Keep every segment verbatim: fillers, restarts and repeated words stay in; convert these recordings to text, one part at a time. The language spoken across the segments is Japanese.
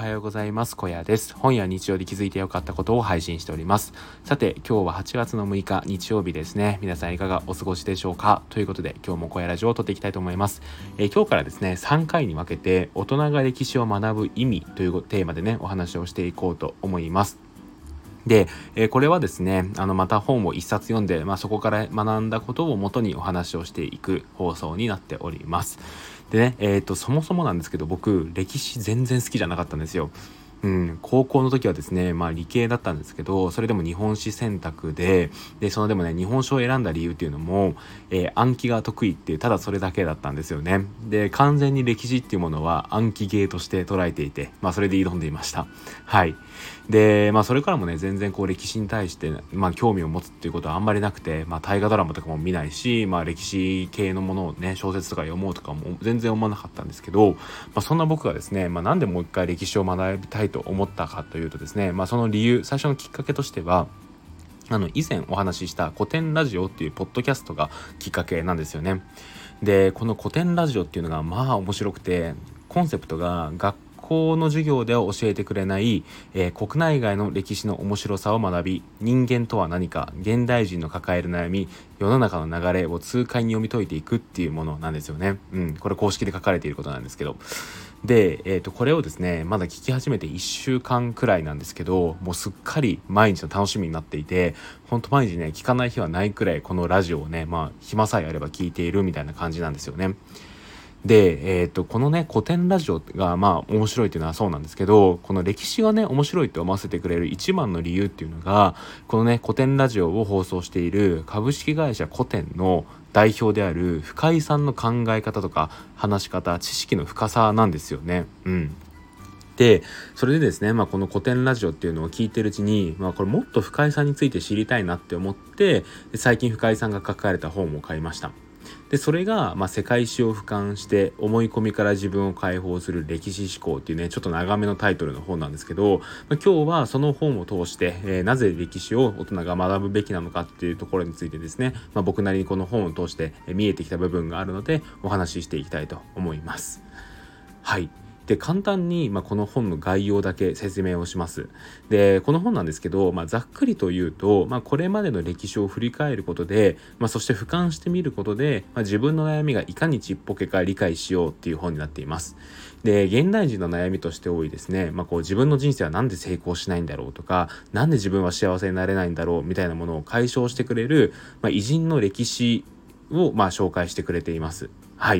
はようございます。小屋です。本や日常で気づいてよかったことを配信しております。さて、今日ははちがつのむいか日曜日ですね。皆さんいかがお過ごしでしょうか。ということで、今日も小屋ラジオを撮っていきたいと思います。えー、今日からですね、さんかいに分けて大人が歴史を学ぶ意味というテーマでね、お話をしていこうと思います。で、えー、これはですね、あのまた本を一冊読んで、まあ、そこから学んだことをもとにお話をしていく放送になっております。でね、えーと、そもそもなんですけど、僕歴史全然好きじゃなかったんですよ。うん、高校の時はですね、まあ理系だったんですけど、それでも日本史選択で、で、そのでもね、日本史を選んだ理由っていうのも、えー暗記が得意っていう、ただそれだけだったんですよね。で、完全に歴史っていうものは暗記ゲーとして捉えていて、まあそれで挑んでいました。はい。で、まあそれからもね、全然こう歴史に対して、まあ興味を持つっていうことはあんまりなくて、まあ大河ドラマとかも見ないし、まあ歴史系のものをね、小説とか読もうとかも全然思わなかったんですけど、まあそんな僕がですね、まあなんでもう一回歴史を学びたいと思ったかというとですね、まあその理由、最初のきっかけとしては、あの以前お話しした古典ラジオっていうポッドキャストがきっかけなんですよね。で、この古典ラジオっていうのがまあ面白くて、コンセプトが学校の授業では教えてくれない、えー国内外の歴史の面白さを学び、人間とは何か、現代人の抱える悩み、世の中の流れを痛快に読み解いていくっていうものなんですよね。うん、これ公式で書かれていることなんですけど。で、えーと、これをですね、まだ聞き始めていっしゅうかんくらいなんですけど、もうすっかり毎日の楽しみになっていて、ほんと毎日ね、聞かない日はないくらいこのラジオをね、まあ暇さえあれば聞いているみたいな感じなんですよね。で、えー、とこのね古典ラジオがまあ面白いっていうのはそうなんですけど、この歴史がね面白いって思わせてくれる一番の理由っていうのが、このね古典ラジオを放送している株式会社古典の代表である深井さんの考え方とか話し方、知識の深さなんですよね。うんで、それでですね、まあ、この古典ラジオっていうのを聞いてるうちに、まあ、これもっと深井さんについて知りたいなって思って、最近深井さんが書かれた本を買いました。で、それが、まあ、世界史を俯瞰して思い込みから自分を解放する歴史思考っていうね、ちょっと長めのタイトルの本なんですけど、まあ、今日はその本を通して、えーなぜ歴史を大人が学ぶべきなのかっていうところについてですね、まあ、僕なりにこの本を通してえー見えてきた部分があるので、お話ししていきたいと思います。はい。で、簡単に、まあ、この本の概要だけ説明をします。で、この本なんですけど、まあ、ざっくりと言うと、まあ、これまでの歴史を振り返ることで、まあ、そして俯瞰してみることで、まあ、自分の悩みがいかにちっぽけか理解しようっていう本になっています。で、現代人の悩みとして多いですね、まあ、こう自分の人生はなんで成功しないんだろうとか、なんで自分は幸せになれないんだろうみたいなものを解消してくれる、まあ、偉人の歴史を、まあ、紹介してくれています。はい。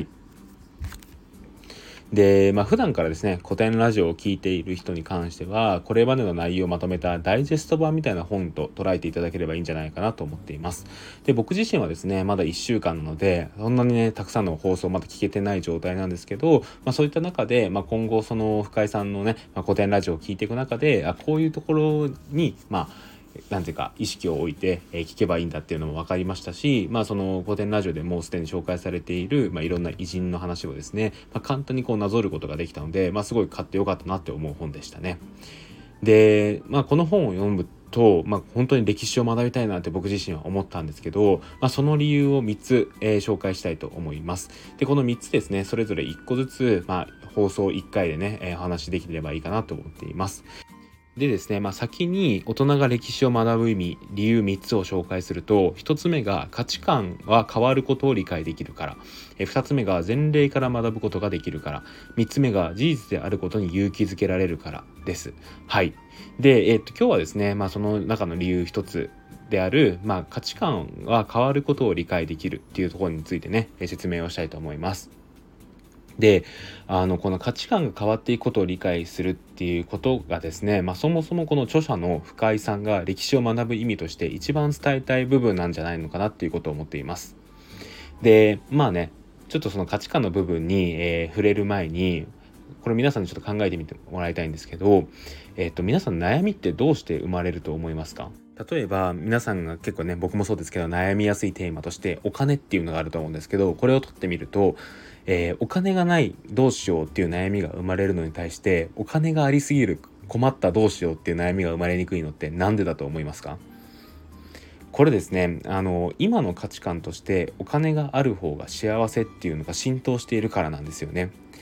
で、まあ普段からですね、古典ラジオを聞いている人に関しては、これまでの内容をまとめたダイジェスト版みたいな本と捉えていただければいいんじゃないかなと思っています。で、僕自身はですね、まだいっしゅうかんなので、そんなにね、たくさんの放送まだ聞けてない状態なんですけど、まあそういった中で、まあ今後その深井さんのね、まあ、古典ラジオを聞いていく中で、あ、こういうところに、まあ、なんていうか意識を置いて、えー聞けばいいんだっていうのも分かりましたし、まあその古典ラジオでもうすでに紹介されている、まあ、いろんな偉人の話をですね、まあ、簡単にこうなぞることができたので、まあすごい買ってよかったなって思う本でしたね。で、まあこの本を読むと、まあ本当に歴史を学びたいなって僕自身は思ったんですけど、まあその理由をみっつ、えー紹介したいと思います。で、このみっつですね、それぞれいっこずつ、まあ放送いっかいでね、えーお話しできればいいかなと思っています。でですね、まあ、先に大人が歴史を学ぶ意味、理由みっつを紹介すると、ひとつめが価値観は変わることを理解できるから、えふたつめが前例から学ぶことができるから、みっつめが事実であることに勇気づけられるからです。はい。で、えっと、今日はですね、まあ、その中の理由ひとつである、まあ、価値観は変わることを理解できるっていうところについてね、え説明をしたいと思います。で、あのこの価値観が変わっていくことを理解するっていうことがですね、まあ、そもそもこの著者の深井さんが歴史を学ぶ意味として一番伝えたい部分なんじゃないのかなっていうことを思っています。で、まあね、ちょっとその価値観の部分に、えー触れる前に、これ皆さんにちょっと考えてみてもらいたいんですけど、えっと皆さん悩みってどうして生まれると思いますか？例えば皆さんが結構ね、僕もそうですけど悩みやすいテーマとしてお金っていうのがあると思うんですけど、これを取ってみると、えーお金がないどうしようっていう悩みが生まれるのに対して、お金がありすぎる困ったどうしようっていう悩みが生まれにくいのってなんでだと思いますか？これですね、あの今の価値観としてお金がある方が幸せっていうのが浸透しているからなんですよね。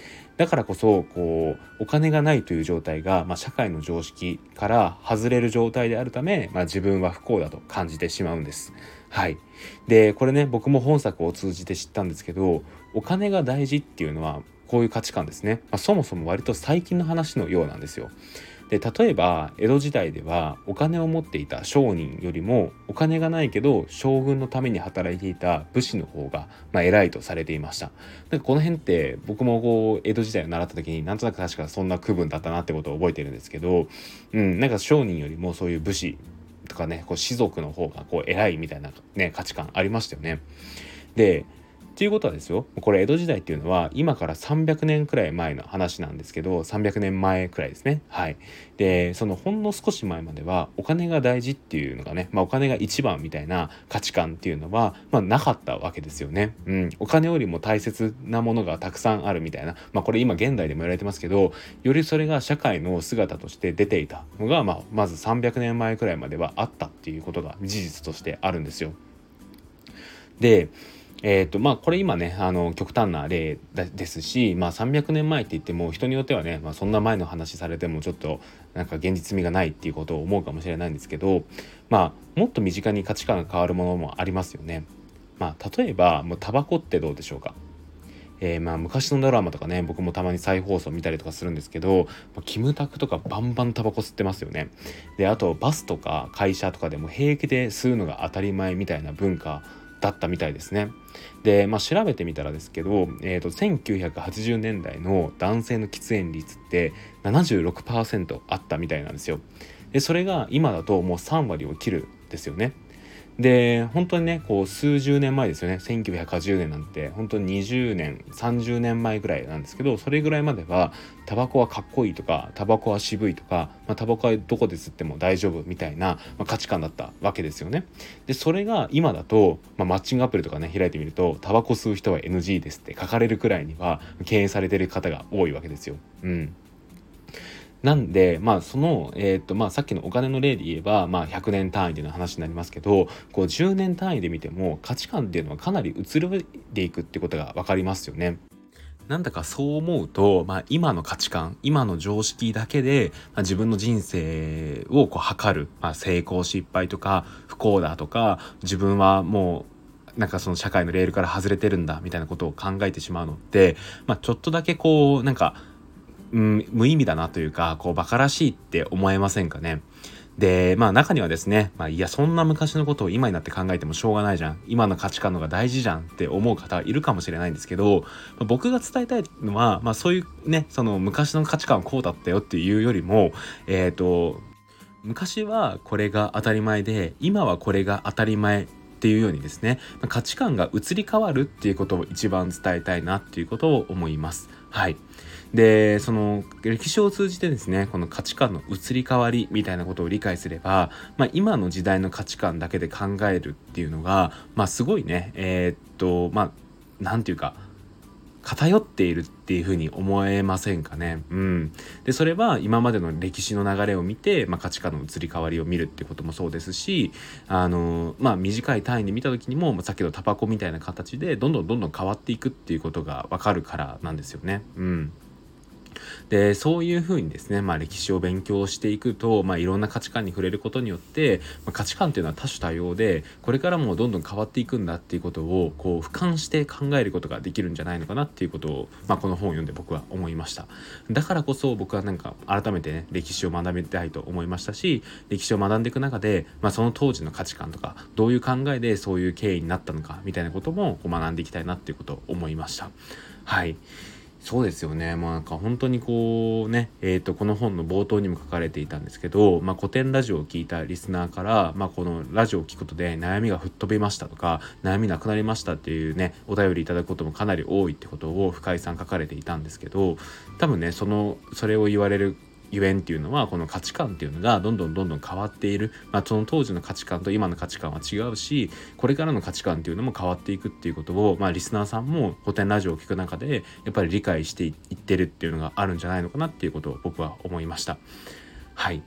だからこそこうお金がないという状態が、まあ、社会の常識から外れる状態であるため、まあ、自分は不幸だと感じてしまうんです。はい。でこれね、僕も本作を通じて知ったんですけど、お金が大事っていうのはこういう価値観ですね、まあ、そもそも割と最近の話のようなんですよ。で例えば江戸時代ではお金を持っていた商人よりもお金がないけど将軍のために働いていた武士の方が、まあ、偉いとされていました。なんかこの辺って僕もこう江戸時代を習った時になんとなく確かそんな区分だったなってことを覚えてるんですけど、うん、なんか商人よりもそういう武士とかね、こう士族の方がこう偉いみたいな、ね、価値観ありましたよね。でっていうことはですよ、これ江戸時代っていうのは今からさんびゃくねんくらい前の話なんですけど、さんびゃくねんまえくらいですね。はい。でそのほんの少し前まではお金が大事っていうのがね、まあ、お金が一番みたいな価値観っていうのは、まあ、なかったわけですよね。うん、お金よりも大切なものがたくさんあるみたいな、まあ、これ今現代でも言われてますけど、よりそれが社会の姿として出ていたのが、まあ、まずさんびゃくねんまえくらいまではあったっていうことが事実としてあるんですよ。でえーとまあ、これ今ねあの極端な例ですし、まあ、さんびゃくねんまえって言っても人によってはね、まあ、そんな前の話されてもちょっとなんか現実味がないっていうことを思うかもしれないんですけど、まあ、もっと身近に価値観が変わるものもありますよね。まあ、例えばもうタバコってどうでしょうか。えー、まあ昔のドラマとかね、僕もたまに再放送見たりとかするんですけど、まあ、キムタクとかバンバンタバコ吸ってますよね。であとバスとか会社とかでも平気で吸うのが当たり前みたいな文化だったみたいですね。で、まあ、調べてみたらですけど、えーと、せんきゅうひゃくはちじゅうねんだいの男性の喫煙率ってななじゅうろくパーセントあったみたいなんですよ。でそれが今だともうさんわりを切るんですよね。で本当にねこう数十年前ですよね。せんきゅうひゃくはちじゅうねんなんて本当ににじゅうねんさんじゅうねんまえぐらいなんですけど、それぐらいまではタバコはかっこいいとかタバコは渋いとか、まあ、タバコはどこで吸っても大丈夫みたいな、まあ、価値観だったわけですよね。でそれが今だと、まあ、マッチングアプリとかね開いてみるとタバコ吸う人は エヌジー ですって書かれるくらいには敬遠されてる方が多いわけですよ。うんなんで、まあ、その、えーっと、まあ、さっきのお金の例で言えば、まあ、ひゃくねん単位での話になりますけど、こう、じゅうねん単位で見ても、価値観っていうのはかなり移ろいでいくってことが分かりますよね。なんだかそう思うと、まあ、今の価値観、今の常識だけで、まあ、自分の人生をこう測る、まあ、成功失敗とか不幸だとか、自分はもうなんかその社会のレールから外れてるんだみたいなことを考えてしまうのって、まあ、ちょっとだけこうなんかうん、無意味だなというか、こうバカらしいって思えませんかね。で、まあ中にはですね、まあいやそんな昔のことを今になって考えてもしょうがないじゃん。今の価値観の方が大事じゃんって思う方いるかもしれないんですけど、まあ、僕が伝えたいのは、まあそういうね、その昔の価値観はこうだったよっていうよりも、えっと、昔はこれが当たり前で、今はこれが当たり前っていうようにですね、価値観が移り変わるっていうことを一番伝えたいなっていうことを思います。はい。でその歴史を通じてですね、この価値観の移り変わりみたいなことを理解すれば、まあ、今の時代の価値観だけで考えるっていうのが、まあ、すごいねえー、っとまあなんていうか偏っているっていうふうに思えませんかね。うん、でそれは今までの歴史の流れを見て、まあ、価値観の移り変わりを見るってこともそうですし、あのまあ短い単位で見た時にも、まあ、さっきのタバコみたいな形でどんどんどんどん変わっていくっていうことが分かるからなんですよね。うんでそういうふうにですね、まあ、歴史を勉強していくと、まあ、いろんな価値観に触れることによって、まあ、価値観というのは多種多様でこれからもどんどん変わっていくんだっていうことをこう俯瞰して考えることができるんじゃないのかなっていうことを、まあ、この本を読んで僕は思いました。だからこそ僕はなんか改めてね歴史を学びたいと思いましたし、歴史を学んでいく中で、まあ、その当時の価値観とかどういう考えでそういう経緯になったのかみたいなこともこう学んでいきたいなっていうことを思いました。はいそうですよね。まあなんか本当にこうね、えーと、この本の冒頭にも書かれていたんですけど、まあ古典ラジオを聞いたリスナーから、まあこのラジオを聞くことで悩みが吹っ飛びましたとか、悩みなくなりましたっていうね、お便りいただくこともかなり多いってことを深井さん書かれていたんですけど、多分ね、その、それを言われるゆえんっていうのはこの価値観っていうのがどんどんどんどん変わっている、まあ、その当時の価値観と今の価値観は違うしこれからの価値観っていうのも変わっていくっていうことを、まあ、リスナーさんも古典ラジオを聞く中でやっぱり理解していってるっていうのがあるんじゃないのかなっていうことを僕は思いました。はい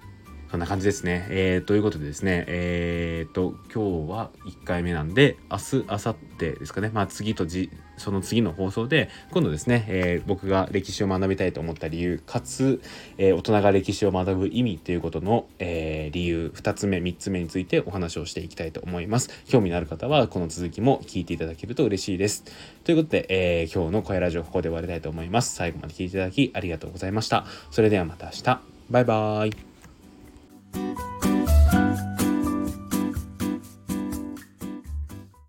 そんな感じですね。えー、ということでですね、えー、と、今日はいっかいめなんで、明日、明後日ですかね。まあ次とじ、その次の放送で、今度ですね、えー、僕が歴史を学びたいと思った理由、かつ、えー、大人が歴史を学ぶ意味ということの、えー、理由、ふたつめ、みっつめについてお話をしていきたいと思います。興味のある方は、この続きも聞いていただけると嬉しいです。ということで、えー、今日の声ラジオここで終わりたいと思います。最後まで聞いていただきありがとうございました。それではまた明日。バイバーイ。